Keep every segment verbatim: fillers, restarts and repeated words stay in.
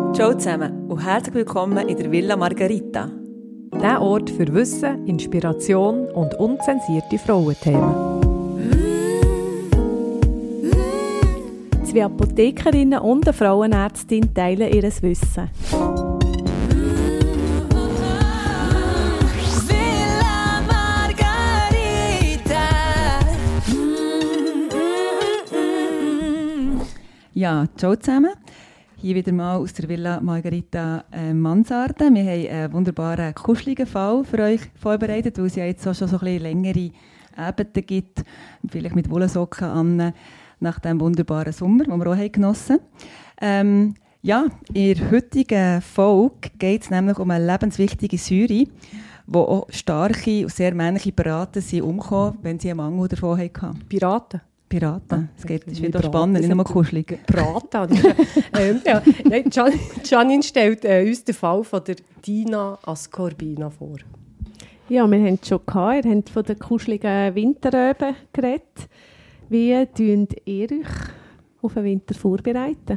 Ciao zusammen und herzlich willkommen in der Villa Margherita. Der Ort für Wissen, Inspiration und unzensierte Frauenthemen. Zwei Apothekerinnen und eine Frauenärztin teilen ihr Wissen. Villa Margherita. Ja, ciao zusammen. Hier wieder mal aus der Villa Margherita äh, Mansarde. Wir haben einen wunderbaren, kuscheligen Fall für euch vorbereitet, weil es ja jetzt auch schon so ein bisschen längere Abende gibt, vielleicht mit Wollsocken an, nach dem wunderbaren Sommer, den wir auch haben genossen haben. Ähm, ja, in der heutigen Folge geht es nämlich um eine lebenswichtige Säure, wo auch starke und sehr männliche Piraten sind umgekommen, wenn sie einen Mangel davon hatten. Piraten? Piraten. Es geht, es wird auch spannend, nicht nur kuschelig. Piraten. ähm, ja. Nein, Gian, Janine stellt äh, uns den Fall von der Dina Ascorbina vor. Ja, wir haben es schon gehabt. Ihr habt von den kuscheligen Winterröben geredet. Wie tut ihr euch auf den Winter vorbereiten?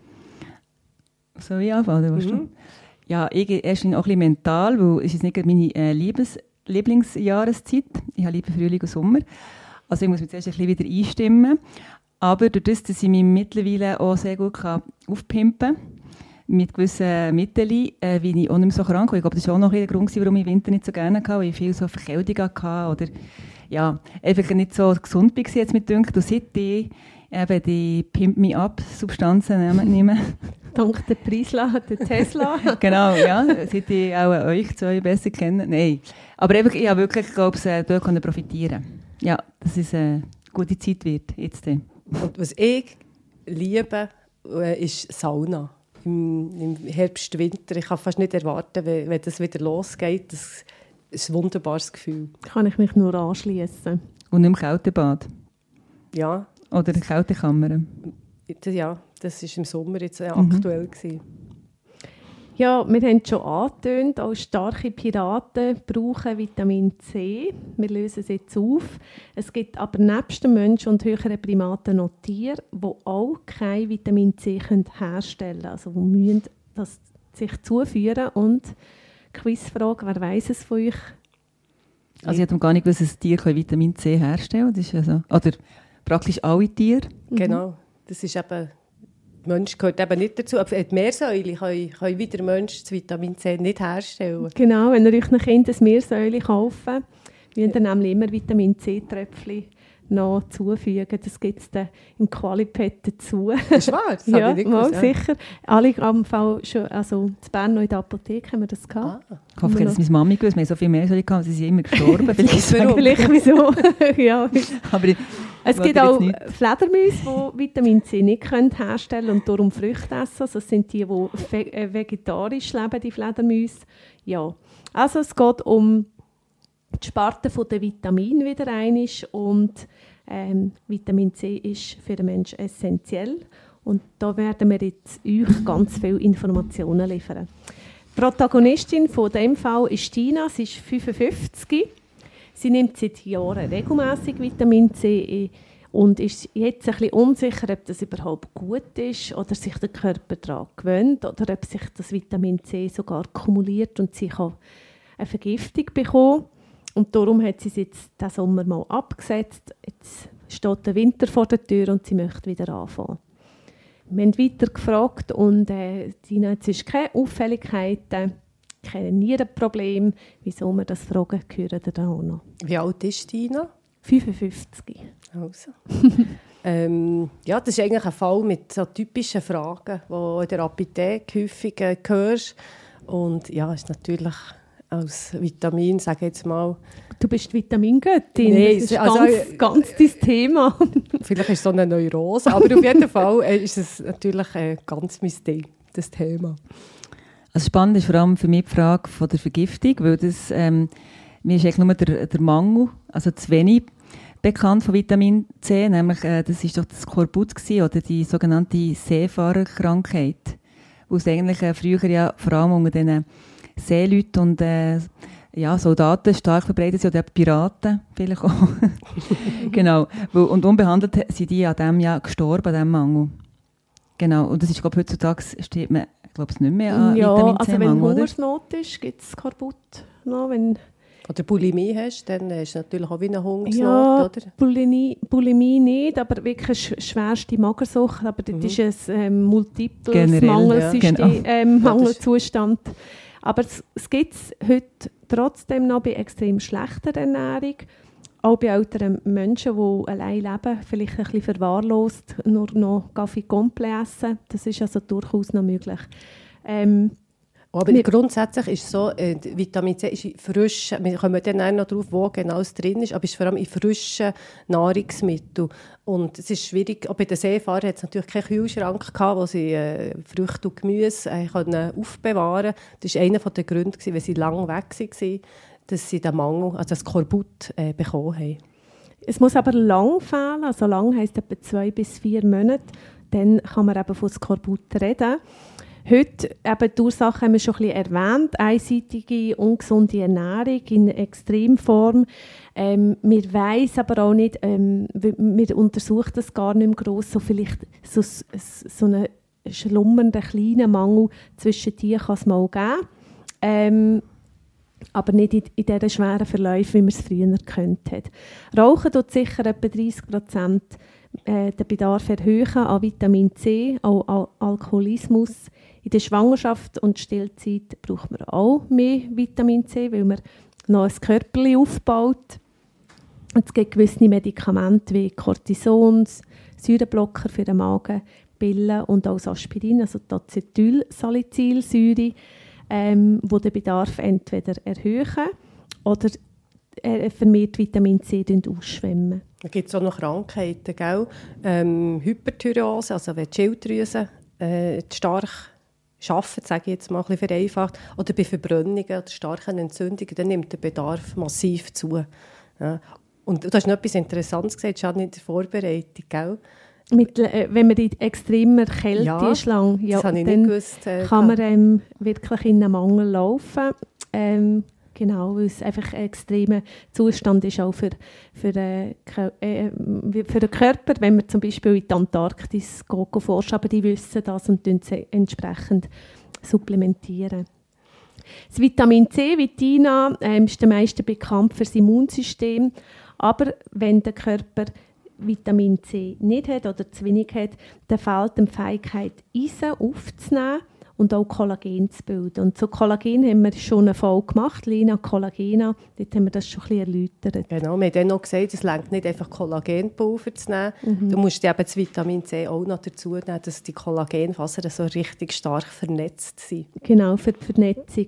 Soll ich anfangen? Mhm. Du? Ja, ich erst auch ein bisschen mental, weil es ist nicht meine äh, Liebes- Lieblingsjahreszeit. Ich habe lieber Frühling und Sommer. Also ich muss mich zuerst ein bisschen wieder einstimmen. Aber durch das, dass ich mich mittlerweile auch sehr gut aufpimpen kann, mit gewissen Mitteln, äh, wie ich auch nicht mehr so krank bin. Ich glaube, das war auch noch ein Grund, warum ich den Winter nicht so gerne hatte, weil ich viel so Verkältung hatte oder ja, einfach nicht so gesund war jetzt mit dünkt. Und seit ich eben die Pimp-Me-Up-Substanzen nehme. Dank der Prisla, der Tesla. Genau, ja, seit ich auch euch zwei besser kenne. Nein, aber einfach, ich habe wirklich, glaube ich, dort profitieren. Ja, dass es eine gute Zeit wird jetzt. Und was ich liebe, ist Sauna. Im, im Herbst, Winter. Ich kann fast nicht erwarten, wenn, wenn das wieder losgeht. Das ist ein wunderbares Gefühl. Kann ich mich nur anschließen. Und nicht im Kältebad? Ja. Oder in der Kältekammer? Ja, das war im Sommer jetzt äh, mhm. aktuell gewesen. Ja, wir haben es schon angetönt, auch starke Piraten brauchen Vitamin C. Wir lösen es jetzt auf. Es gibt aber nebst den Menschen und höheren Primaten noch Tiere, die auch kein Vitamin C herstellen können. Also die müssen das sich zuführen. Und Quizfrage, wer weiss es von euch? Also ich hätte gar nicht gewusst, dass Tiere Vitamin C herstellen können. Das ist also, oder praktisch alle Tiere. Genau, das ist eben... Der Mensch gehört eben nicht dazu. Aber die Meersäule können, können wie der Mensch das Vitamin C nicht herstellen. Genau, wenn ihr euch ein Kind ein Meersäule kaufen, müsst ihr nämlich immer Vitamin C-Tröpfchen noch zufügen. Das gibt es dann im Qualipad dazu. Das ist wahr? Das ja, ich nicht mal, gewusst, ja. sicher. Alle am Fall schon, also in Bern noch in der Apotheke haben wir das gehabt. Ah. Ich hoffe, dass meine Mami gewusst. Wir haben so viel Meersäule gehabt, sie sind immer gestorben. Vielleicht wieso. Ja. Aber ich, es gibt auch Fledermäuse, die Vitamin C nicht herstellen können und darum Früchte essen. Also das sind die, die vegetarisch leben, die Fledermäuse. Ja. Also es geht um die Sparte der Vitamine wieder einmal. Und ähm, Vitamin C ist für den Menschen essentiell. Und da werden wir jetzt euch ganz viele Informationen liefern. Die Protagonistin von diesem Fall ist Tina, sie ist fünfundfünfzig. Sie nimmt seit Jahren regelmäßig Vitamin C und ist jetzt ein bisschen unsicher, ob das überhaupt gut ist oder sich der Körper daran gewöhnt oder ob sich das Vitamin C sogar kumuliert und sie kann eine Vergiftung bekommen. Und darum hat sie es jetzt diesen Sommer mal abgesetzt. Jetzt steht der Winter vor der Tür und sie möchte wieder anfangen. Wir haben weiter gefragt und äh, Tina, jetzt ist keine Auffälligkeiten, kein Nierenproblem. Wieso wir das fragen, hören wir dann auch noch. Wie alt ist Tina? fünfundfünfzig. Also. ähm, ja, das ist eigentlich ein Fall mit so typischen Fragen, die du in der Apotheke häufig äh, hörst. Und ja, ist natürlich als Vitamin, sage ich jetzt mal... Du bist Vitamingöttin, Nein, das ist also, ganz, äh, ganz dein Thema. Vielleicht ist es so eine Neurose, aber auf jeden Fall äh, ist es natürlich äh, ganz mein Ding, das Thema. Also spannend ist vor allem für mich die Frage von der Vergiftung, weil das, ähm, mir ist eigentlich nur der, der Mangel, also zu wenig bekannt von Vitamin C, nämlich äh, das ist doch das Skorbut gewesen, oder die sogenannte Seefahrerkrankheit, wo es eigentlich äh, früher ja vor allem unter den Seeleuten und äh, ja, Soldaten stark verbreitet sind, oder Piraten vielleicht auch. Genau. Und unbehandelt sind die an dem ja gestorben, an diesem Mangel. Genau. Und das ist, glaube ich, heutzutage steht man ich glaube, es nicht mehr an ja, Vitamin also C-Mangel, wenn oder? Hungersnot ist, gibt es Skorbut noch. Wenn Oder Bulimie hast, dann hast du natürlich auch wie eine Hungersnot, ja, oder? Bulimie, Bulimie nicht, aber wirklich sch- schwerste Magersucht. Aber das Mhm. ist ein ähm, multiples Generell, Mangelsystem, ja, genau. ähm, Ja, das- Mangelzustand. Aber es, es gibt es heute trotzdem noch bei extrem schlechter Ernährung. Auch bei älteren Menschen, die allein leben, vielleicht ein bisschen verwahrlost, nur noch Kaffee Complet essen. Das ist also durchaus noch möglich. Ähm, Aber Wir- grundsätzlich ist es so, äh, Vitamin C ist in frischen, wir kommen dann auch noch darauf, wo genau es drin ist, aber es ist vor allem in frischen Nahrungsmitteln. Und es ist schwierig, auch bei den Seefahrern hat es natürlich keinen Kühlschrank gehabt, wo sie äh, Früchte und Gemüse äh, können aufbewahren konnten. Das war einer der Gründe, weil sie lange weg waren, dass sie den Mangel, also das Skorbut, äh, bekommen haben. Es muss aber lang fehlen, also lang heisst etwa zwei bis vier Monate. Dann kann man eben von Skorbut reden. Heute, eben die Ursachen haben wir schon ein bisschen erwähnt, einseitige, ungesunde Ernährung in Extremform. Ähm, wir weiss aber auch nicht, ähm, wir, wir untersuchen das gar nicht mehr gross, so vielleicht so, so einen schlummernden kleinen Mangel zwischen die kann es mal geben. Ähm, aber nicht in, in diesen schweren Verläufen, wie man es früher gekannt hat. Rauchen tut sicher etwa dreißig Prozent äh, den Bedarf erhöhen an Vitamin C, auch Al- Alkoholismus. In der Schwangerschaft und Stillzeit braucht man auch mehr Vitamin C, weil man noch ein Körperchen aufbaut. Und es gibt gewisse Medikamente wie Cortison, Säureblocker für den Magen, Pillen und auch das Aspirin, also die Acetylsalicylsäure, ähm, die den Bedarf entweder erhöhen oder äh, vermehrt Vitamin C ausschwemmen. Da gibt es auch noch Krankheiten, gell? Ähm, Hyperthyreose, also wenn die Schilddrüse äh, stark arbeitet, sage ich jetzt mal ein bisschen vereinfacht, oder bei Verbrennungen oder starken Entzündungen, dann nimmt der Bedarf massiv zu. Ja. Und du hast noch etwas Interessantes gesagt, schon in der Vorbereitung, gell? Mit, äh, wenn man in extremer Kälte Ja, ist lang, ja, das habe ich dann nicht gewusst. Äh, kann man ähm, wirklich in einen Mangel laufen. Ähm, genau, weil es einfach ein extremer Zustand ist, auch für, für, äh, äh, für den Körper, wenn man zum Beispiel in die Antarktis geht, forscht, aber die wissen das und sie entsprechend supplementieren. Das Vitamin C, Vitina, ähm, ist am meisten bekannt für das Immunsystem, aber wenn der Körper Vitamin C nicht hat oder zu wenig hat, dann fehlt die Fähigkeit, Eisen aufzunehmen und auch Kollagen zu bilden. Und zu Kollagen haben wir schon eine Folge gemacht, Lina Kollagena, dort haben wir das schon ein bisschen erläutert. Genau, wir haben dann noch gesagt, es reicht nicht einfach Kollagenpulver zu nehmen. Mhm. Du musst eben das Vitamin C auch noch dazu nehmen, dass die Kollagenfasern so richtig stark vernetzt sind. Genau, für die Vernetzung.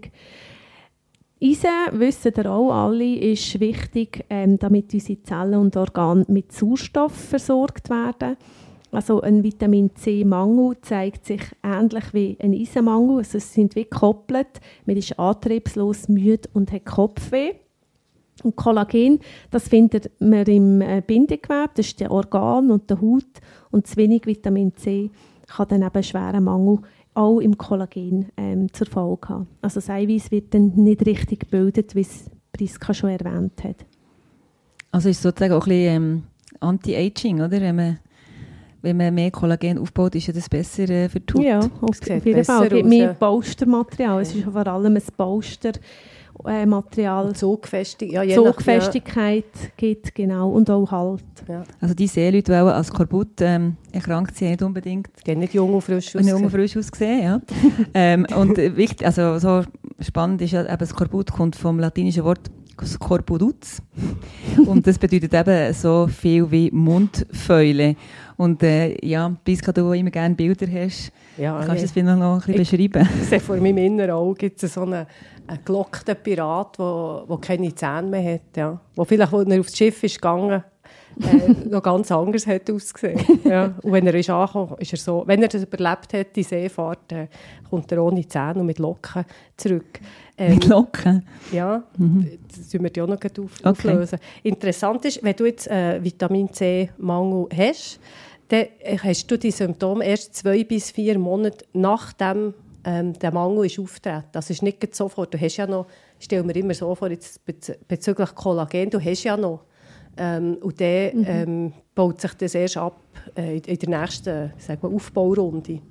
Eisen, wissen ihr auch alle, ist wichtig, ähm, damit unsere Zellen und Organe mit Sauerstoff versorgt werden. Also ein Vitamin-C-Mangel zeigt sich ähnlich wie ein Eisenmangel. Also es sind wie gekoppelt. Man ist antriebslos, müde und hat Kopfweh. Und Kollagen, das findet man im Bindegewebe, das ist der Organ und der Haut. Und zu wenig Vitamin C kann dann eben einen schweren Mangel auch im Kollagen ähm, zur Folge haben. Also das Eiweiß wird dann nicht richtig gebildet, wie es Priska schon erwähnt hat. Also ist es sozusagen auch ein bisschen ähm, Anti-Aging, oder? Wenn man, wenn man mehr Kollagen aufbaut, ist ja das besser äh, für die Haut. Ja, auf sieht jeden Fall. Es gibt besser mehr aus, Polstermaterial. Es ist vor allem ein Polstermaterial. Und Zugfestig, ja, je nach- Zugfestigkeit gibt, genau, und auch Halt. Ja, ja. Also die Seeleute, die auch als Skorbut ähm, erkrankt sind, nicht unbedingt Die haben nicht jung und frisch nicht aussehen. frisch ausgesehen. Ja. ähm, und äh, wichtig, also so spannend ist ja, eben Skorbut kommt vom latinischen Wort Scorbutuz. Und das bedeutet eben so viel wie Mundfäule. Und äh, ja, Priska, du immer gerne Bilder hast, Ja, kannst du ja. das vielleicht noch ein bisschen beschreiben? Ich sehe vor meinem inneren Auge gibt es so einen, einen gelockten Pirat, der keine Zähne mehr hat. Ja. Wo vielleicht, als er aufs Schiff ist gegangen äh, noch ganz anders hat ausgesehen. Ja. Und wenn er ist angekommen ist, er so, wenn er das überlebt hat, die Seefahrt, äh, kommt er ohne Zähne und mit Locken zurück. Ähm, Mit Locken? Ja, Mhm. das tun wir die auch noch gleich auf, Okay. auflösen. Interessant ist, wenn du jetzt äh, Vitamin C-Mangel hast, dann hast du die Symptome erst zwei bis vier Monate nachdem ähm, der Mangel ist auftreten. Das ist nicht gerade sofort. Du hast ja noch, ich stelle mir immer so vor, jetzt bez- bezüglich Kollagen, du hast ja noch. Ähm, und dann ähm, baut sich das erst ab äh, in, in der nächsten, sagen wir, Aufbaurunde.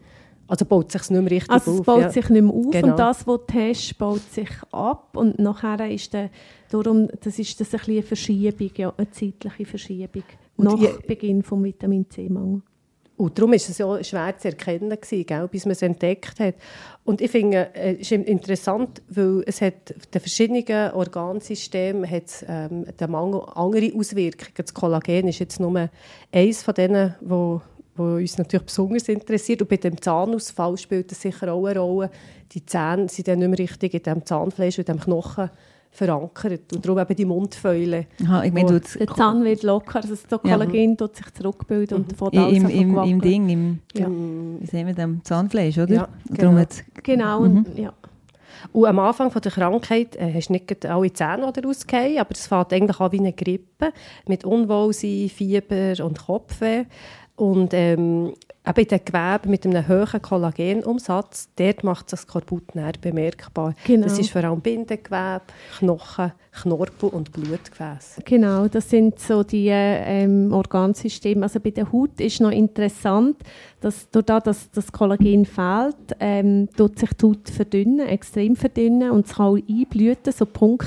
Also baut sich nicht mehr richtig also auf. Es baut ja. sich nicht mehr auf Genau. und das, was du hast, baut sich ab. Und nachher ist der, darum, das ist das ein bisschen eine Verschiebung, ja, eine zeitliche Verschiebung. Und nach ihr, Beginn des Vitamin C-Mangel. Und darum war es ja schwer zu erkennen, gewesen, gell, bis man es entdeckt hat. Und ich finde, es ist interessant, weil es hat den verschiedenen Organsystemen hat, ähm, der Mangel andere Auswirkungen. Das Kollagen ist jetzt nur eines von denen, wo, wo uns natürlich besonders interessiert. Und bei dem Zahnausfall spielt das sicher auch eine Rolle. Die Zähne sind dann nicht mehr richtig in dem Zahnfleisch und dem Knochen verankert. Und darum eben die Mundfäule. Aha, ich meine, Der Zahn wird locker, also das Kollagen ja. tut sich zurückbilden und fängt alles Im, im, im Ding, im, ja. wie sehen wir das, Zahnfleisch, oder? Ja, genau. Genau, mhm. und, ja. Und am Anfang von der Krankheit äh, hast du nicht alle Zähne oder rausgefallen, aber es fängt eigentlich an wie eine Grippe mit Unwohlsein, Fieber und Kopfweh. Und ähm, eben in den Geweben mit einem hohen Kollagenumsatz, dort macht sich das Skorbut näher bemerkbar. Genau. Das ist vor allem Bindegewebe, Knochen, Knorpel und Blutgefäße. Genau, das sind so die ähm, Organsysteme. Also bei der Haut ist noch interessant, dass dadurch, dass das Kollagen fehlt, ähm, tut sich die Haut verdünnen, extrem verdünnen und es kann auch einblüten. So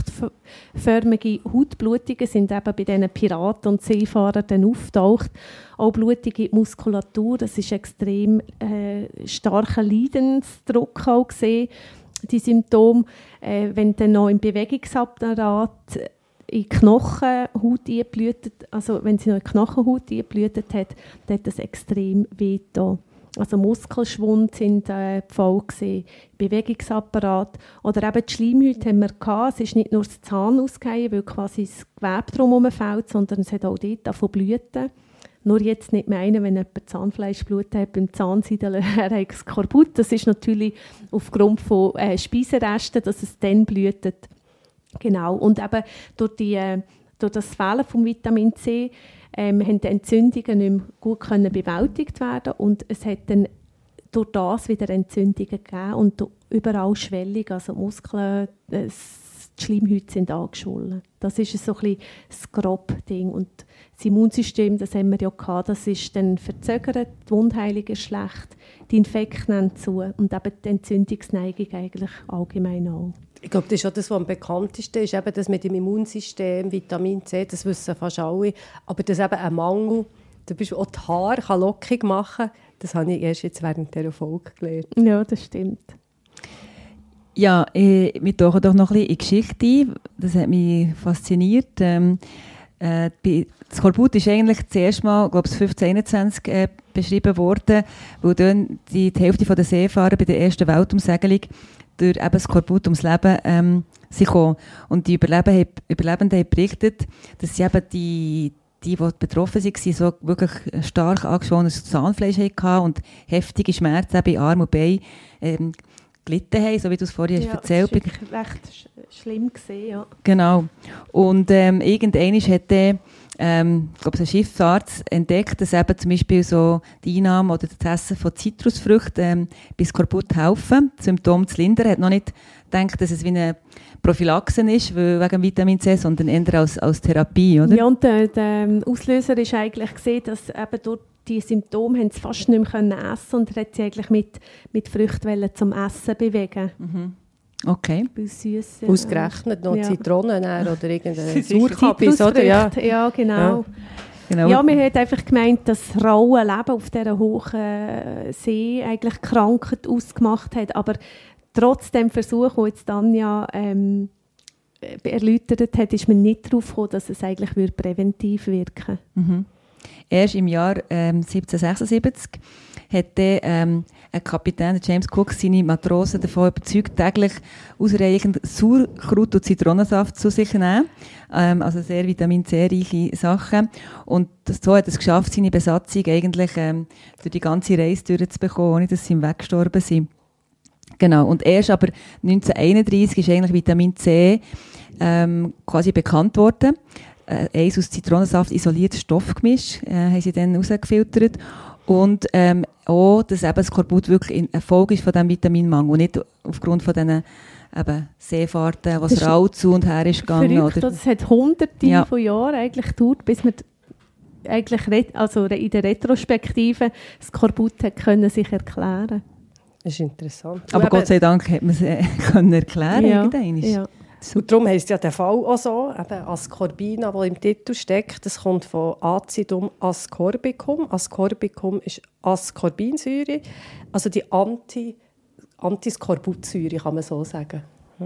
punktförmige Hautblutungen sind eben bei diesen Piraten und Seefahrern dann auftaucht. Auch blutige Muskulatur, das ist extrem äh, starker Leidensdruck auch gesehen. Die Symptome, äh, wenn dann noch im Bewegungsapparat in die Knochenhaut eingeblutet, also wenn sie noch in die Knochenhaut eingeblutet hat, dann hat das extrem wehgetan. Also Muskelschwund sind äh, die Folge gewesen, Bewegungsapparat oder eben die Schleimhäute haben wir gehabt. Es ist nicht nur das Zahn ausgefallen, weil quasi das Gewebe drumherum fällt, sondern es hat auch dort davon blüten. Nur jetzt nicht meinen, wenn jemand Zahnfleischblut hat beim Zahnseidel, er hat Skorbut. Das ist natürlich aufgrund von äh, Speiseresten, dass es dann blühtet. Genau. Und eben durch, die, äh, durch das Fehlen von Vitamin C ähm, haben die Entzündungen nicht mehr gut können bewältigt werden und es hat dann durch das wieder Entzündungen gegeben und überall Schwellung, also die Muskeln, äh, die Schleimhäute sind angeschwollen. Das ist so ein bisschen das grobe Ding. Und das Immunsystem, das haben wir ja gehabt, das ist dann verzögert, die Wundheilung ist schlecht, die Infekte nehmen zu und eben die Entzündungsneigung eigentlich allgemein auch. Ich glaube, das ist auch das, was am bekanntesten ist, eben das mit dem Immunsystem, Vitamin C, das wissen fast alle. Aber das eben ein Mangel, du bist auch die Haare kann lockig machen, das habe ich erst jetzt während dieser Folge gelernt. Ja, das stimmt. Ja, äh, wir tauchen doch noch ein bisschen in die Geschichte ein. Das hat mich fasziniert. Ähm, äh, das Skorbut ist eigentlich das erste Mal, glaube ich, fünfzehn einundzwanzig äh, beschrieben worden, wo dann die, die Hälfte der Seefahrer bei der ersten Weltumsegelung durch eben das Skorbut ums Leben ähm, sind gekommen. Und die Überleben, Überlebenden haben berichtet, dass sie eben die, die, die betroffen waren, so wirklich stark angeschwollenes Zahnfleisch hatten und heftige Schmerzen bei Arm und Bein ähm, gelitten haben, so wie du es vorhin ja, hast erzählt hast. Das war recht sch- schlimm gesehen, ja. Genau. Und ähm, irgendwann hat dann, ähm, ich glaube, ein Schiffsarzt entdeckt, dass eben zum Beispiel so die Einnahme oder das Essen von Zitrusfrüchten ähm, bei Skorbut helfen, die Symptome zu lindern. Er hat noch nicht gedacht, dass es wie eine Prophylaxe ist, wegen Vitamin C, sondern eher als, als Therapie, oder? Ja, und der, der Auslöser ist eigentlich gesehen, dass eben durch die Symptome haben sie fast nicht mehr können essen und er hat sie eigentlich mit, mit Früchten zum Essen bewegen. Mhm. Okay. Süß, ja. Ausgerechnet noch ja. Zitronen oder irgendeine Sauerkabis, oder? Ja, ja genau. Ja. Genau. Ja, wir haben einfach gemeint, dass das raue Leben auf dieser hohen See eigentlich Krankheit ausgemacht hat, aber trotz dem Versuch, den jetzt Tanja ähm, erläutert hat, ist man nicht darauf gekommen, dass es eigentlich präventiv wirken würde. Mhm. Erst im Jahr ähm, siebzehnhundertsechsundsiebzig hat der, ähm, ein Kapitän, James Cook, seine Matrosen davon überzeugt, täglich ausreichend Sauerkraut und Zitronensaft zu sich nehmen. Ähm, also sehr Vitamin C-reiche Sachen. Und das, so hat es geschafft, seine Besatzung eigentlich ähm, durch die ganze Reise durchzubekommen, ohne dass sie im Weg gestorben sind. Genau. Und erst aber neunzehnhunderteinunddreissig ist eigentlich Vitamin C ähm, quasi bekannt worden. Äh, eins aus Zitronensaft isoliertes Stoffgemisch äh, haben sie dann rausgefiltert. Und ähm, auch, dass eben das Skorbut wirklich eine Folge ist von diesem Vitaminmangel und nicht aufgrund von diesen eben Seefahrten, was rau zu und her ist gegangen. Verrückt, oder? Das hat hunderte Ja. von Jahren eigentlich gedauert, bis man eigentlich also in der Retrospektive das Skorbut hat können sich erklären. Das ist interessant. Aber und Gott sei Dank hat man es äh, können erklären ja. ja. Und darum heisst ja der Fall auch so, eben Ascorbina, der im Titel steckt, das kommt von Acidum ascorbicum. Ascorbicum ist Ascorbinsäure, also die Anti, Antiskorbutsäure, kann man so sagen.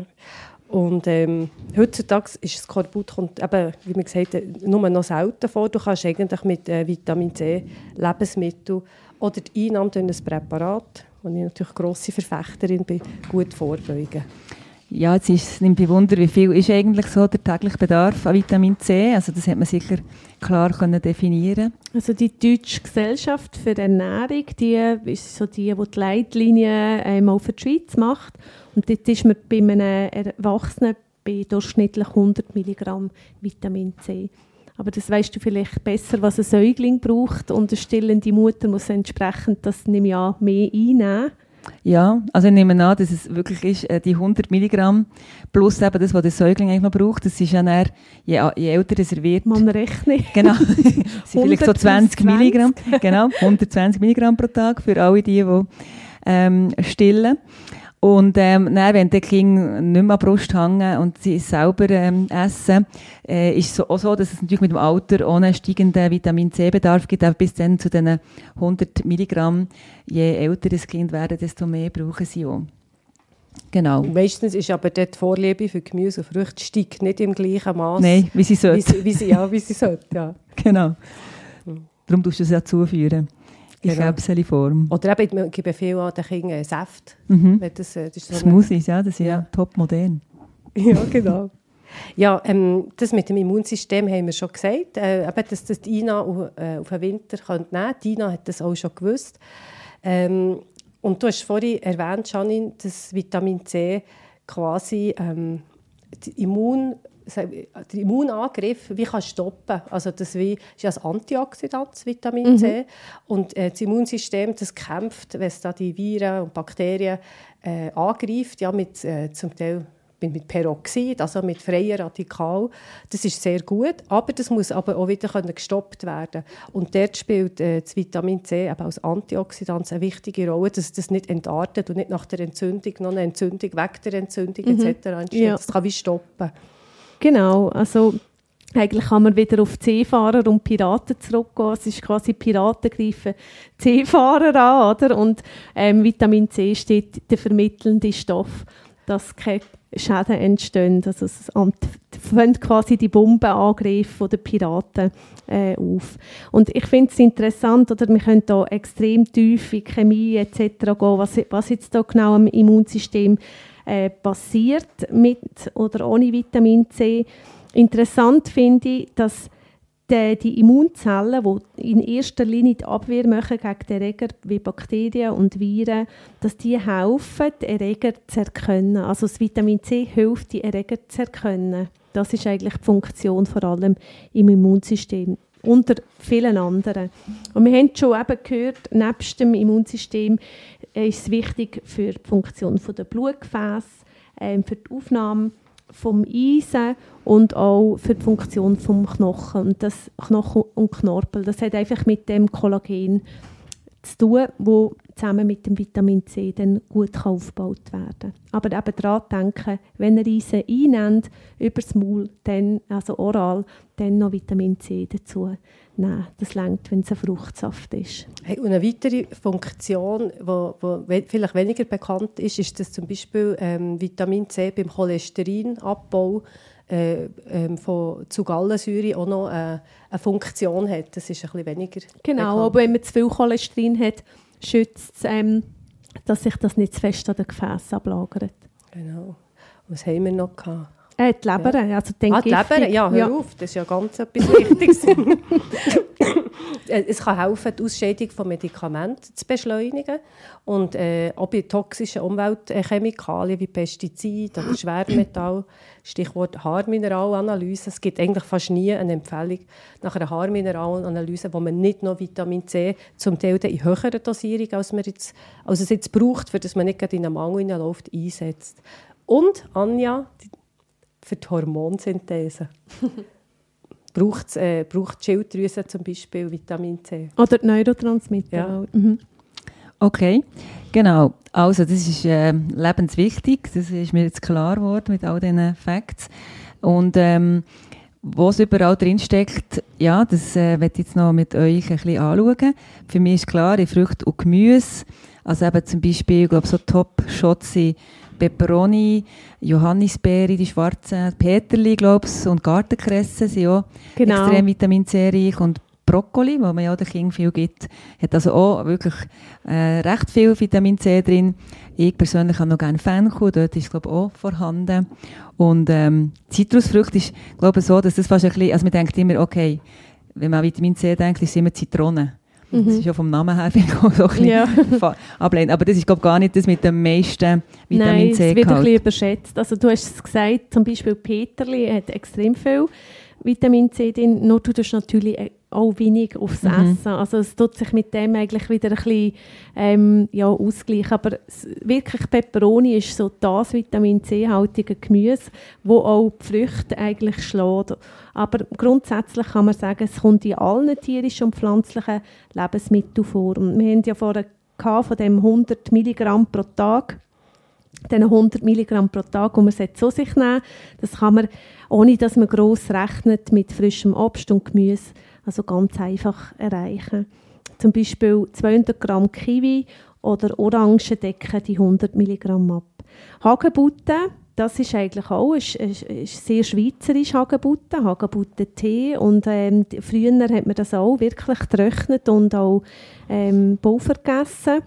Und ähm, heutzutage ist Skorbut, kommt eben, wie man gesagt hat, nur noch selten vor. Du kannst eigentlich mit äh, Vitamin C, Lebensmittel oder die Einnahme durch ein Präparat, wo ich natürlich grosse Verfechterin bin, gut vorbeugen. Ja, jetzt ist, es nimmt mich Wunder, wie viel ist eigentlich so der tägliche Bedarf an Vitamin C? Also das hat man sicher klar können definieren. Also die Deutsche Gesellschaft für Ernährung, die ist so die, die die Leitlinie ähm, auch für die Schweiz macht. Und dort ist man bei einem Erwachsenen bei durchschnittlich hundert Milligramm Vitamin C. Aber das weißt du vielleicht besser, was ein Säugling braucht. Und eine stillende Mutter muss entsprechend das nehme ich an, mehr einnehmen. Ja, also ich nehme an, dass es wirklich ist, äh, die hundert Milligramm plus eben das, was der Säugling eigentlich noch braucht. Das ist ja dann, je, je älter er wird. Man rechnet. Genau. Das sind vielleicht so zwanzig Milligramm. Genau, hundertzwanzig Milligramm pro Tag für alle die, die ähm, stillen. Und ähm, dann, wenn die Kinder nicht mehr an der Brust hängen und sie selber ähm, essen, äh, ist es so, auch so, dass es natürlich mit dem Alter ohne steigenden Vitamin-C-Bedarf gibt, auch bis dann zu diesen hundert Milligramm. Je älter das Kind werden, desto mehr brauchen sie auch. Genau. Meistens ist aber dort die Vorliebe für Gemüse und Früchte steigt nicht im gleichen Maß. Nein, wie sie sollte. Wie sie, wie sie, ja, wie sie sollte, ja. Genau. Darum tust du es ja zuführen. In Genau. Kapselform. Oder eben, wir geben viel an den Kindern Saft. Mhm. Das, das ist so Smoothies, ja, das ist ja, ja top modern. Ja, genau. Ja, ähm, das mit dem Immunsystem haben wir schon gesagt, äh, eben, dass das die Ina auf, äh, auf den Winter nehmen könnte. Die Ina hat das auch schon gewusst. Ähm, und du hast vorhin erwähnt, Janine, dass Vitamin C quasi ähm, die Immun den Immunangriff wie kann stoppen. Also das wie, ist ja ein Antioxidant, das Vitamin C. Mhm. Und äh, das Immunsystem das kämpft, wenn es da die Viren und Bakterien äh, angreift, ja, mit, äh, zum Teil mit Peroxid, also mit freien Radikalen. Das ist sehr gut, aber das muss aber auch wieder können gestoppt werden. Und dort spielt äh, das Vitamin C eben als Antioxidant eine wichtige Rolle, dass das nicht entartet und nicht nach der Entzündung noch eine Entzündung weg der Entzündung mhm. et cetera entsteht. Ja. Das kann wie stoppen. Genau, also eigentlich kann man wieder auf Seefahrer und Piraten zurückgehen. Es ist quasi Piraten greifen Seefahrer an, oder? Und ähm, Vitamin C steht der vermittelnde Stoff, dass keine Schäden entstehen. Also es fängt quasi die Bombenangriffe der Piraten äh, auf. Und ich finde es interessant, oder wir können da extrem tief in Chemie et cetera gehen, was, was jetzt da genau am Immunsystem Äh, passiert mit oder ohne Vitamin C. Interessant finde ich, dass die, die Immunzellen, die in erster Linie die Abwehr machen gegen die Erreger wie Bakterien und Viren, dass die helfen, die Erreger zu erkennen. Also das Vitamin C hilft, die Erreger zu erkennen. Das ist eigentlich die Funktion vor allem im Immunsystem. Unter vielen anderen. Und wir haben schon eben gehört, nebst dem Immunsystem ist es wichtig für die Funktion der Blutgefäße, äh, für die Aufnahme vom Eisen und auch für die Funktion des Knochen. Und das Knochen und Knorpel, das hat einfach mit dem Kollagen zu tun, wo zusammen mit dem Vitamin C dann gut aufgebaut werden kann. Aber eben daran denken, wenn ihr Eisen einnimmt, über das Maul, dann, also oral, dann noch Vitamin C dazu nehmen. Das reicht, wenn es ein Fruchtsaft ist. Hey, und eine weitere Funktion, die vielleicht weniger bekannt ist, ist, dass zum Beispiel ähm, Vitamin C beim Cholesterin-Abbau äh, ähm, von, zu Gallensäure auch noch äh, eine Funktion hat. Das ist ein bisschen weniger Genau, bekannt. aber wenn man zu viel Cholesterin hat, schützt es, ähm, dass sich das nicht zu fest an den Gefäßen ablagert. Genau. Was haben wir noch gehabt? Äh, die Leber, ja. Also ah, die Leber, ja, hör ja. auf, das ist ja ganz etwas Wichtiges. Es kann helfen, die Ausscheidung von Medikamenten zu beschleunigen und äh, auch bei toxischen Umweltchemikalien wie Pestizide oder Schwermetall, Stichwort Haarmineralanalyse. Es gibt eigentlich fast nie eine Empfehlung nach einer Haarmineralanalyse, wo man nicht noch Vitamin C zum Teil in höherer Dosierung, als, man jetzt, als es jetzt braucht, für das man nicht in einen Mangel hineinläuft, einsetzt. Und, Anja, für die Hormonsynthese. braucht, äh, braucht die Schilddrüse zum Beispiel Vitamin C. Oder die Neurotransmitter. Ja. Mhm. Okay, genau. Also das ist äh, lebenswichtig, das ist mir jetzt klar geworden mit all diesen Facts. Und ähm, wo es überall drinsteckt, ja, das äh, werde ich jetzt noch mit euch ein bisschen anschauen. Für mich ist klar, in Früchte und Gemüse, also eben zum Beispiel, ich glaube, so Top-Shots sind Peperoni, Johannisbeere, die schwarzen, Peterli, glaube ich, und Gartenkresse sind auch genau. extrem Vitamin C reich. Und Brokkoli, wo man ja den Kindern viel gibt, hat also auch wirklich äh, recht viel Vitamin C drin. Ich persönlich habe noch gerne Fenchel, dort ist es glaube ich auch vorhanden. Und ähm, Zitrusfrüchte ist glaube ich so, dass das fast ein bisschen, also man denkt immer, okay, wenn man an Vitamin C denkt, ist es immer Zitrone. Mhm. Das ist ja vom Namen her vielleicht auch so ein bisschen ja. ablehnend. Aber das ist glaube ich gar nicht das mit dem meisten Vitamin C. Nein, es wird ein bisschen überschätzt. Also du hast es gesagt, zum Beispiel Peterli hat extrem viel Vitamin C drin, nur du tust natürlich auch wenig aufs mhm. Essen. Also es tut sich mit dem eigentlich wieder ein bisschen ähm, ja, ausgleichen. Aber wirklich Peperoni ist so das Vitamin C-haltige Gemüse, wo auch die Früchte eigentlich schlägt. Aber grundsätzlich kann man sagen, es kommt in allen tierischen und pflanzlichen Lebensmitteln vor. Und wir haben ja vorher von dem hundert Milligramm pro Tag, diesen hundert Milligramm pro Tag, die man zu sich nehmen. Das kann man, ohne dass man gross rechnet, mit frischem Obst und Gemüse also ganz einfach erreichen. Zum Beispiel zweihundert Gramm Kiwi oder Orangen decken die hundert Milligramm ab. Hagebutten, das ist eigentlich auch ist, ist, ist sehr schweizerisch, Hagebutten, Hagebuttentee. Und ähm, früher hat man das auch wirklich getrocknet und auch ähm, Pulver gegessen.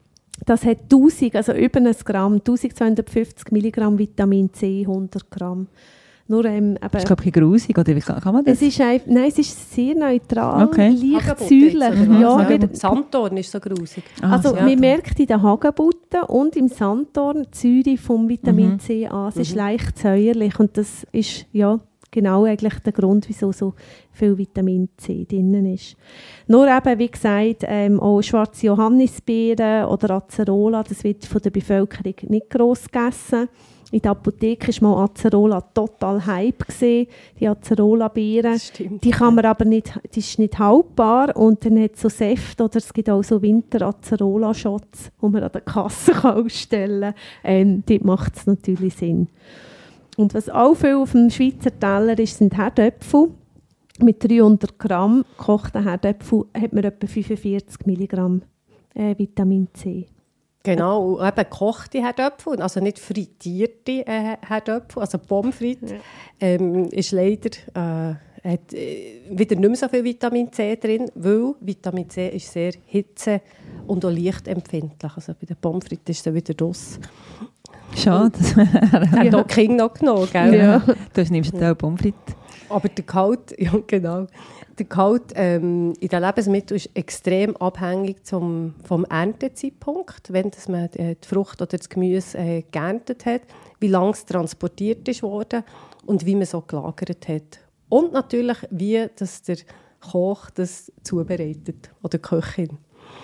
Das hat tausend, also über ein Gramm, eintausendzweihundertfünfzig Milligramm Vitamin C, hundert Gramm. Nur, ähm, eben, ist glaube ich grusig, oder wie kann, kann man das? Es ist ein, nein, es ist sehr neutral, okay. leicht säuerlich. Ja, ja, ja. Sanddorn ist so grusig. Ah, also ja. Man merkt in den Hagebutten und im Sanddorn die Säure vom Vitamin mhm. C an. Es mhm. ist leicht säuerlich und das ist ja genau eigentlich der Grund, wieso so viel Vitamin C drin ist. Nur eben, wie gesagt, ähm, auch schwarze Johannisbeeren oder Acerola, das wird von der Bevölkerung nicht gross gegessen. In der Apotheke war mal Acerola total Hype gewesen, die Acerola-Beeren. Die kann man aber nicht, die ist nicht haltbar und dann hat es so Säfte oder es gibt auch so Winter-Acerola-Shots, die man an der Kasse ausstellen kann. Ähm, dort macht es natürlich Sinn. Und was auch viel auf dem Schweizer Teller ist, sind Herdöpfel. Mit dreihundert Gramm gekochten Herdöpfel hat man etwa fünfundvierzig Milligramm äh, Vitamin C. Genau, eben gekochte Herdöpfel, also nicht frittierte äh, Herdöpfel, also Pommes frites, ja. ähm, ist leider, äh, hat äh, wieder nicht mehr so viel Vitamin C drin, weil Vitamin C ist sehr hitze- und auch lichtempfindlich. Also bei den Pommes frites ist es wieder raus. Schade. Das hat auch die Kinder noch genommen, gell? Ja. Du nimmst ja auch Pommes frites. Aber der Gehalt, ja genau, der Gehalt ähm, in den Lebensmitteln ist extrem abhängig zum, vom Erntezeitpunkt, wenn das man äh, die Frucht oder das Gemüse äh, geerntet hat, wie lange es transportiert ist worden und wie man es auch gelagert hat. Und natürlich, wie das der Koch das zubereitet oder die Köchin.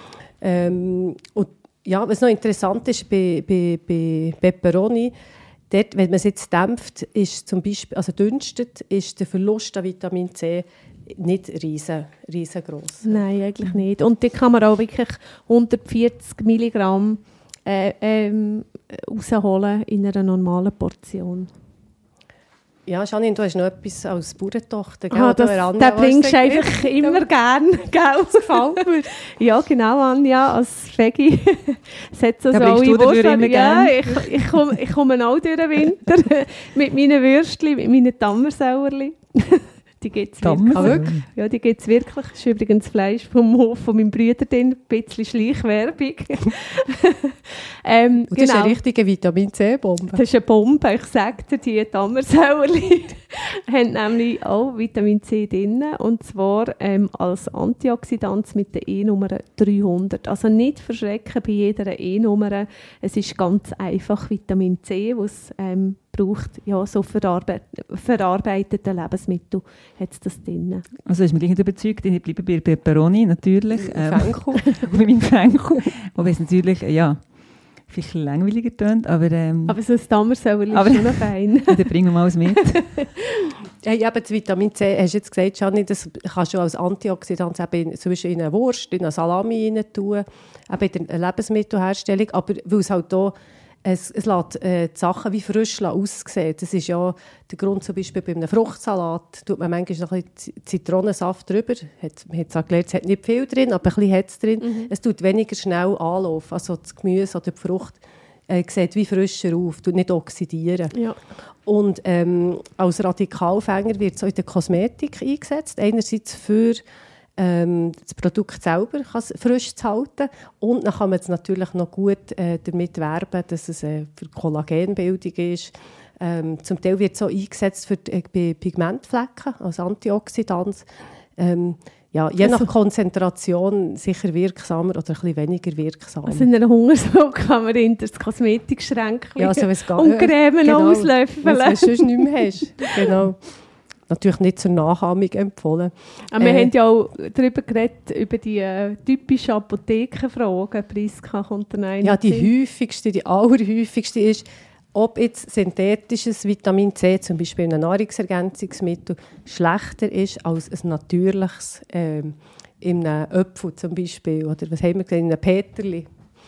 Ähm, und ja, was noch interessant ist bei, bei, bei Peperoni, dort, wenn man es jetzt dämpft, ist zum Beispiel, also dünstet, ist der Verlust an Vitamin C nicht riesen, riesengroß. Nein, eigentlich nicht. Und da kann man auch wirklich hundertvierzig Milligramm äh, ähm, rausholen in einer normalen Portion. Ja, Janine, du hast noch etwas als Bauerntochter. Ah, das, Anja, den bringst du einfach immer gerne. Das gefällt mir. Ja, genau, Anja, als Veggie. Setzt das auch in Wurst. Ja, ich, ich komme ich komm auch durch den Winter mit meinen Würstchen, mit meinen Tammersauerli. Die gibt es wirklich. Ah, wirklich. Ja, die gibt es wirklich. Das ist übrigens Fleisch vom Hof von meinem Bruder drin. Ein bisschen Schleichwerbung. ähm, das genau. ist eine richtige Vitamin C-Bombe. Das ist eine Bombe. Ich sage dir, die Tammersauerli haben nämlich auch Vitamin C drin. Und zwar ähm, als Antioxidant mit der E-Nummer dreihundert. Also nicht verschrecken bei jeder E-Nummer. Es ist ganz einfach Vitamin C, was ähm, braucht, ja, so verarbeit- verarbeitete Lebensmittel hat es das drin. Also ist mir gleich überzeugt, ich bleibe bei Peperoni natürlich. Ähm, Fenchel. Bei meinem Fenchel. Wobei es natürlich, ja, vielleicht langweiliger tönt, aber... Ähm, aber so ein Dammersauerli ist schon fein. Dann bringen wir mal was mit. Hey, eben das Vitamin C, hast du jetzt gesagt, Gianni, das kannst du als Antioxidant eben zum Beispiel in eine Wurst, in eine Salami rein tun, eben in der Lebensmittelherstellung, aber weil es halt hier, es, es lässt äh, die Sachen wie frisch aussehen. Das ist ja der Grund, zum Beispiel bei einem Fruchtsalat, tut man manchmal noch ein bisschen Zitronensaft drüber, hat, man hat es auch gelernt, es hat nicht viel drin, aber ein bisschen hat es drin. Mhm. Es tut weniger schnell anlaufen, also das Gemüse oder die Frucht äh, sieht wie frischer auf, tut nicht oxidieren. Ja. Und ähm, als Radikalfänger wird es auch in der Kosmetik eingesetzt. Einerseits für ähm, das Produkt selber frisch zu halten und dann kann man es natürlich noch gut äh, damit werben, dass es äh, für Kollagenbildung ist. Ähm, zum Teil wird es auch eingesetzt für äh, bei Pigmentflecken als Antioxidant. Ähm, Ja, je nach Konzentration sicher wirksamer oder ein bisschen weniger wirksam. Also in einer Hungersnot kann man hinter das Kosmetikschränkchen ja, also und Cremen genau, auslöffeln. Wenn du sonst nicht mehr hast. Genau. Natürlich nicht zur Nachahmung empfohlen. Aber äh, wir haben ja auch darüber geredet, über die äh, typischen Apothekenfragen. Priska kommt dann ein. Ja, die häufigste, die allerhäufigste ist, ob jetzt synthetisches Vitamin C, zum Beispiel in einem Nahrungsergänzungsmittel, schlechter ist als ein natürliches ähm, in einem Apfel zum Beispiel. Oder was haben wir gesehen? In einem Peterli.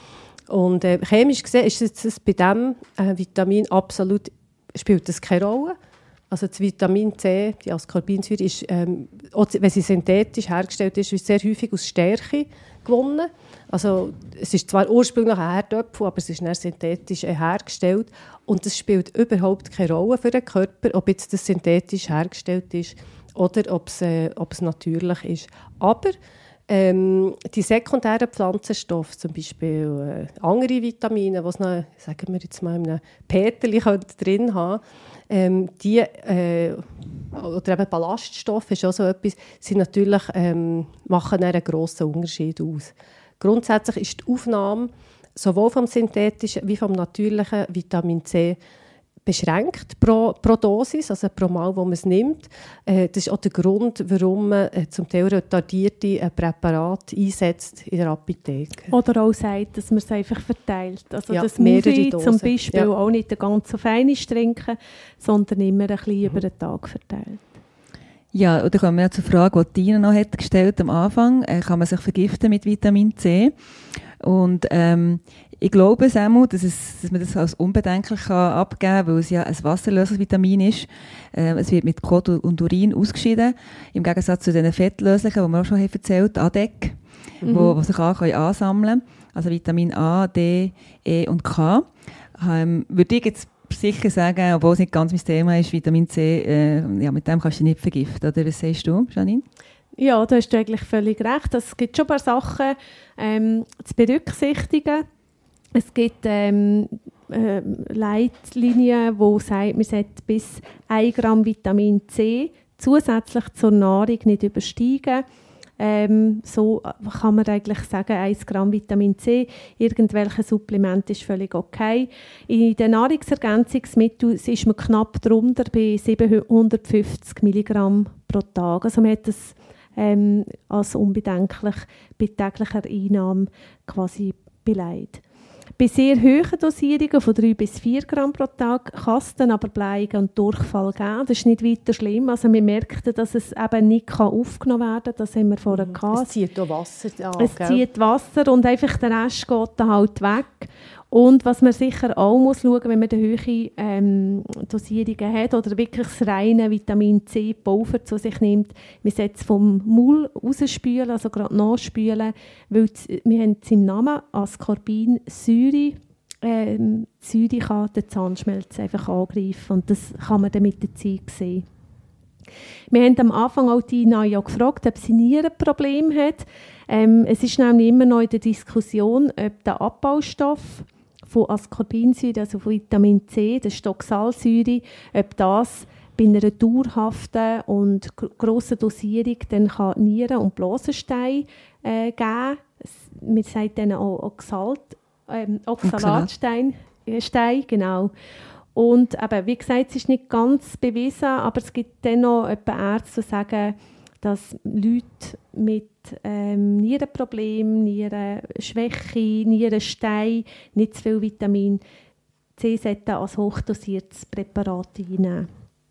Und äh, chemisch gesehen ist es, das bei diesem äh, Vitamin absolut, spielt das keine Rolle. Also das Vitamin C, die Ascorbinsäure, ist, ähm, auch wenn sie synthetisch hergestellt ist, ist sehr häufig aus Stärke gewonnen. Also es ist zwar ursprünglich ein Herdöpfel, aber es ist dann synthetisch hergestellt und das spielt überhaupt keine Rolle für den Körper, ob jetzt das synthetisch hergestellt ist oder ob es, äh, ob es natürlich ist. Aber ähm, die sekundären Pflanzenstoffe, zum Beispiel äh, andere Vitamine, die es noch, sagen wir jetzt mal, in einem Peterli drin haben, ähm, die, äh, oder eben Ballaststoffe ist auch so etwas, sind natürlich, ähm, machen einen grossen Unterschied aus. Grundsätzlich ist die Aufnahme sowohl vom synthetischen wie vom natürlichen Vitamin C beschränkt pro, pro Dosis, also pro Mal, wo man es nimmt. Äh, das ist auch der Grund, warum man äh, zum Teil retardierte äh, Präparate einsetzt in der Apotheke. Oder auch sagt, dass man es einfach verteilt. Also ja, das Smoothie zum Beispiel ja. auch nicht ganz so fein trinken, sondern immer ein bisschen mhm. über den Tag verteilt. Ja, oder kommen wir zur Frage, die Tina noch hat gestellt am Anfang. Äh, kann man sich vergiften mit Vitamin C? Und ähm, ich glaube, Samu, dass, es, dass man das als unbedenklich kann abgeben kann, weil es ja ein wasserlösliches Vitamin ist. Ähm, es wird mit Kot und Urin ausgeschieden, im Gegensatz zu den fettlöslichen, die wir auch schon haben erzählt, A D E C, mhm. wo, wo sich auch ansammeln können. Also Vitamin A, D, E und K. Ähm, würde ich jetzt sicher sagen, obwohl es nicht ganz mein Thema ist, Vitamin C, äh, ja, mit dem kannst du nicht vergiften. Oder was sagst du, Janine? Ja, da hast du eigentlich völlig recht. Es gibt schon ein paar Sachen ähm, zu berücksichtigen. Es gibt ähm, äh, Leitlinien, die sagen, man sollte bis ein Gramm Vitamin C zusätzlich zur Nahrung nicht übersteigen. Ähm, so kann man eigentlich sagen, ein Gramm Vitamin C, irgendwelche Supplement ist völlig okay. In den Nahrungsergänzungsmitteln ist man knapp drunter bei siebenhundertfünfzig Milligramm pro Tag. Also man hat das ähm, als unbedenklich bei täglicher Einnahme quasi beleidigt. Bei sehr hohen Dosierungen von drei bis vier Gramm pro Tag kann es dann aber Bleigen und Durchfall geben. Das ist nicht weiter schlimm. Also wir merken, dass es eben nicht aufgenommen werden kann. Das haben wir vorher gehabt. Es zieht auch Wasser an. Es gell? zieht Wasser und einfach der Rest geht dann halt weg. Und was man sicher auch muss schauen, wenn man eine hohe ähm, Dosierungen hat oder wirklich das reine Vitamin C-Pulver zu sich nimmt, man sollte es vom Maul rausspülen, also gerade nachspülen, weil wir haben es im Namen Ascorbinsäure. Ähm, die Säure kann den Zahnschmelz einfach angreifen und das kann man dann mit der Zeit sehen. Wir haben am Anfang auch Tina ja gefragt, ob sie Nierenprobleme hat. Ähm, es ist nämlich immer noch in der Diskussion, ob der Abbaustoff von Ascorbinsäure, also von Vitamin C, der Stoxalsäure, ob das bei einer dauerhaften und grossen Dosierung dann kann Nieren- und Blasenstein äh, geben. Man sagt dann auch Oxalt, ähm, Oxalatstein, äh, Stein, genau. Und eben, wie gesagt, es ist nicht ganz bewiesen, aber es gibt dann noch Ärzte, die sagen, dass Leute mit ähm, Nierenproblemen, Nierenschwäche, Nierenstein nicht zu viel Vitamin C sollten als hochdosiertes Präparat einnehmen.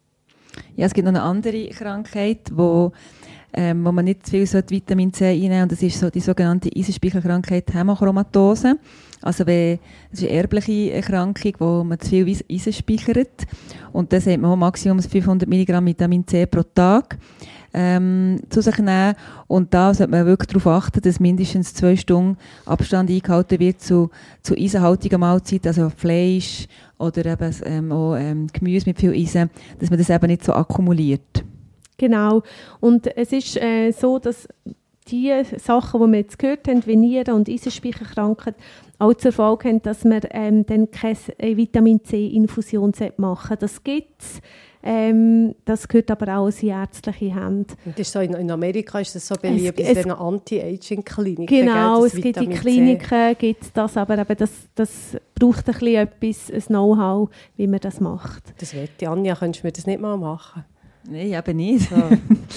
Ja, es gibt noch eine andere Krankheit, wo, ähm, wo man nicht zu viel so Vitamin C einnehmen sollte. Und das ist so die sogenannte Eisenspeicherkrankheit Hämochromatose. Also wenn, das ist eine erbliche Erkrankung, wo man zu viel Eisen speichert. Und dann hat man auch Maximum fünfhundert Milligramm Vitamin C pro Tag ähm, zu sich nehmen. Und da sollte man wirklich darauf achten, dass mindestens zwei Stunden Abstand eingehalten wird zu, zu eisenhaltigen Mahlzeiten, also Fleisch oder eben ähm, auch ähm, Gemüse mit viel Eisen, dass man das eben nicht so akkumuliert. Genau. Und es ist äh, so, dass die Sachen, die wir jetzt gehört haben, wie Nieren- und Eisenspeicherkrankheit, auch zur Folge haben, dass man ähm, dann keine Vitamin C-Infusion machen sollte. Das gibt es. Ähm, das gehört aber auch in ärztliche Hände. Und das ist so in, in Amerika ist das so beliebt, es, in es, diesen Anti-Aging-Kliniken. Genau, gell, es gibt Vitamin in Kliniken gibt das, aber eben das, das braucht ein bisschen etwas, ein Know-how, wie man das macht. Das wette Anja, könntest du mir das nicht mal machen? Nein, eben nicht. So.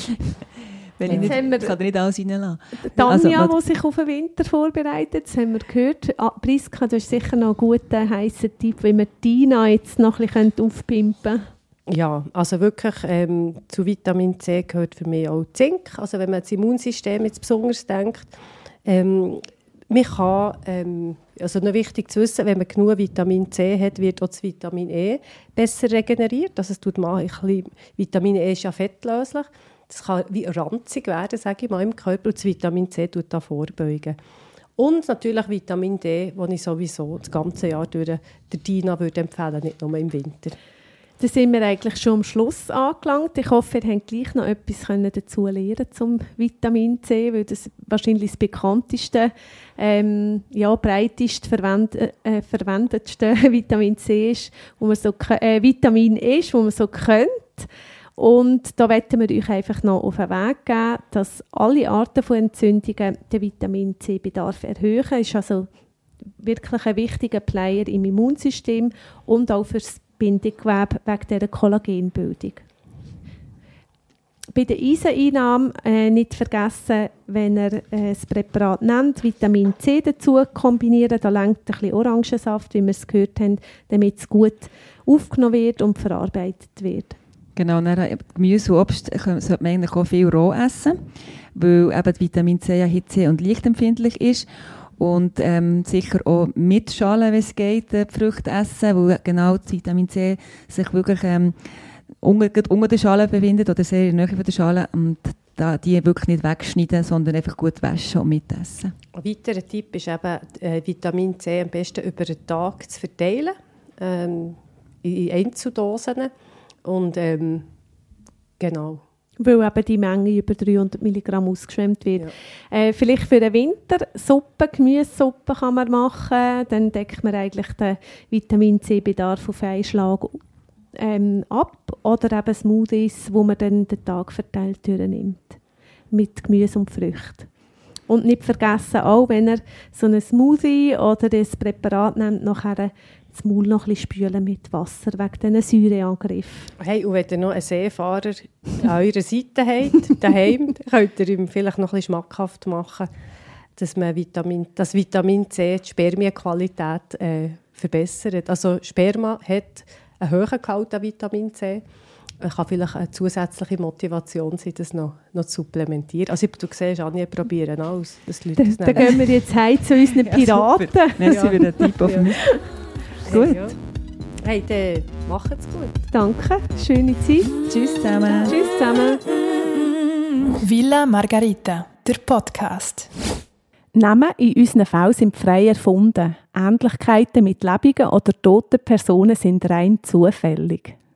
Weil ich nicht, ich kann nicht alles reinlassen. Tanja, also, die sich auf den Winter vorbereitet, das haben wir gehört. Ah, Priska, du hast sicher noch einen guten, heissen Tipp, wie wir Tina jetzt noch ein bisschen aufpimpen können. Ja, also wirklich ähm, zu Vitamin C gehört für mich auch Zink. Also wenn man das Immunsystem jetzt besonders denkt, ähm, man kann, ähm, also noch wichtig zu wissen, wenn man genug Vitamin C hat, wird auch das Vitamin E besser regeneriert. Also es tut mal ein bisschen, Vitamin E ist ja fettlöslich. Das kann wie ranzig werden, sage ich mal, im Körper. Und das Vitamin C tut da vorbeugen. Und natürlich Vitamin D, das ich sowieso das ganze Jahr durch der Dina würde empfehlen, nicht nur im Winter. Da sind wir eigentlich schon am Schluss angelangt. Ich hoffe, ihr habt gleich noch etwas dazu lernen zum Vitamin C, weil das wahrscheinlich das bekannteste, ähm, ja, breitest verwend, äh, verwendetste Vitamin C ist, wo man so, äh, Vitamin ist, wo man so kennt. Und da wollen wir euch einfach noch auf den Weg geben, dass alle Arten von Entzündungen den Vitamin C-Bedarf erhöhen. Das ist also wirklich ein wichtiger Player im Immunsystem und auch für das Bindegewebe wegen dieser Kollagenbildung. Bei der Eiseneinnahme äh, nicht vergessen, wenn ihr äh, das Präparat nennt, Vitamin C dazu kombinieren. Da reicht ein bisschen Orangensaft, wie wir es gehört haben, damit es gut aufgenommen wird und verarbeitet wird. Genau, dann Gemüse und Obst sollte man eigentlich auch viel roh essen, weil eben Vitamin C ja hitze- und lichtempfindlich ist. Und ähm, sicher auch mit Schalen, wenn es geht, äh, die Früchte essen, weil genau das Vitamin C sich wirklich ähm, unter, unter der Schale befindet oder sehr in der Nähe von der Schale. Und da, die wirklich nicht wegschneiden, sondern einfach gut waschen und mitessen. Ein weiterer Tipp ist eben, äh, Vitamin C am besten über den Tag zu verteilen, ähm, in Einzeldosen. Und ähm, genau. Weil eben die Menge über dreihundert Milligramm ausgeschwemmt wird. Ja. Äh, vielleicht für den Winter Suppe, Gemüsesuppe kann man machen. Dann deckt man eigentlich den Vitamin C-Bedarf auf einen Schlag ähm, ab. Oder eben Smoothies, wo man dann den Tag verteilt durchnimmt. Mit Gemüse und Früchten. Und nicht vergessen, auch wenn er so einen Smoothie oder das Präparat nimmt, nachher das Maul noch ein bisschen spülen mit Wasser, wegen diesen Säureangriffen. Hey, und wenn ihr noch einen Seefahrer an eurer Seite habt, daheim, könnt ihr ihm vielleicht noch ein bisschen schmackhaft machen, dass man Vitamin, das Vitamin C, die Spermienqualität äh, verbessert. Also Sperma hat einen hohen Gehalt an Vitamin C. Es kann vielleicht eine zusätzliche Motivation sein, das noch, noch zu supplementieren. Also du siehst, Anja, probieren aus, dass die Leute das nehmen. Dann gehen wir jetzt heim zu unseren Piraten. Ja, merci für den Tipp auf mich. Gut. Ja. Hey, dann macht's gut. Danke, schöne Zeit. Tschüss zusammen. Tschüss zusammen. Villa Margarita, der Podcast. Namen in unseren Fällen sind frei erfunden. Ähnlichkeiten mit lebenden oder toten Personen sind rein zufällig.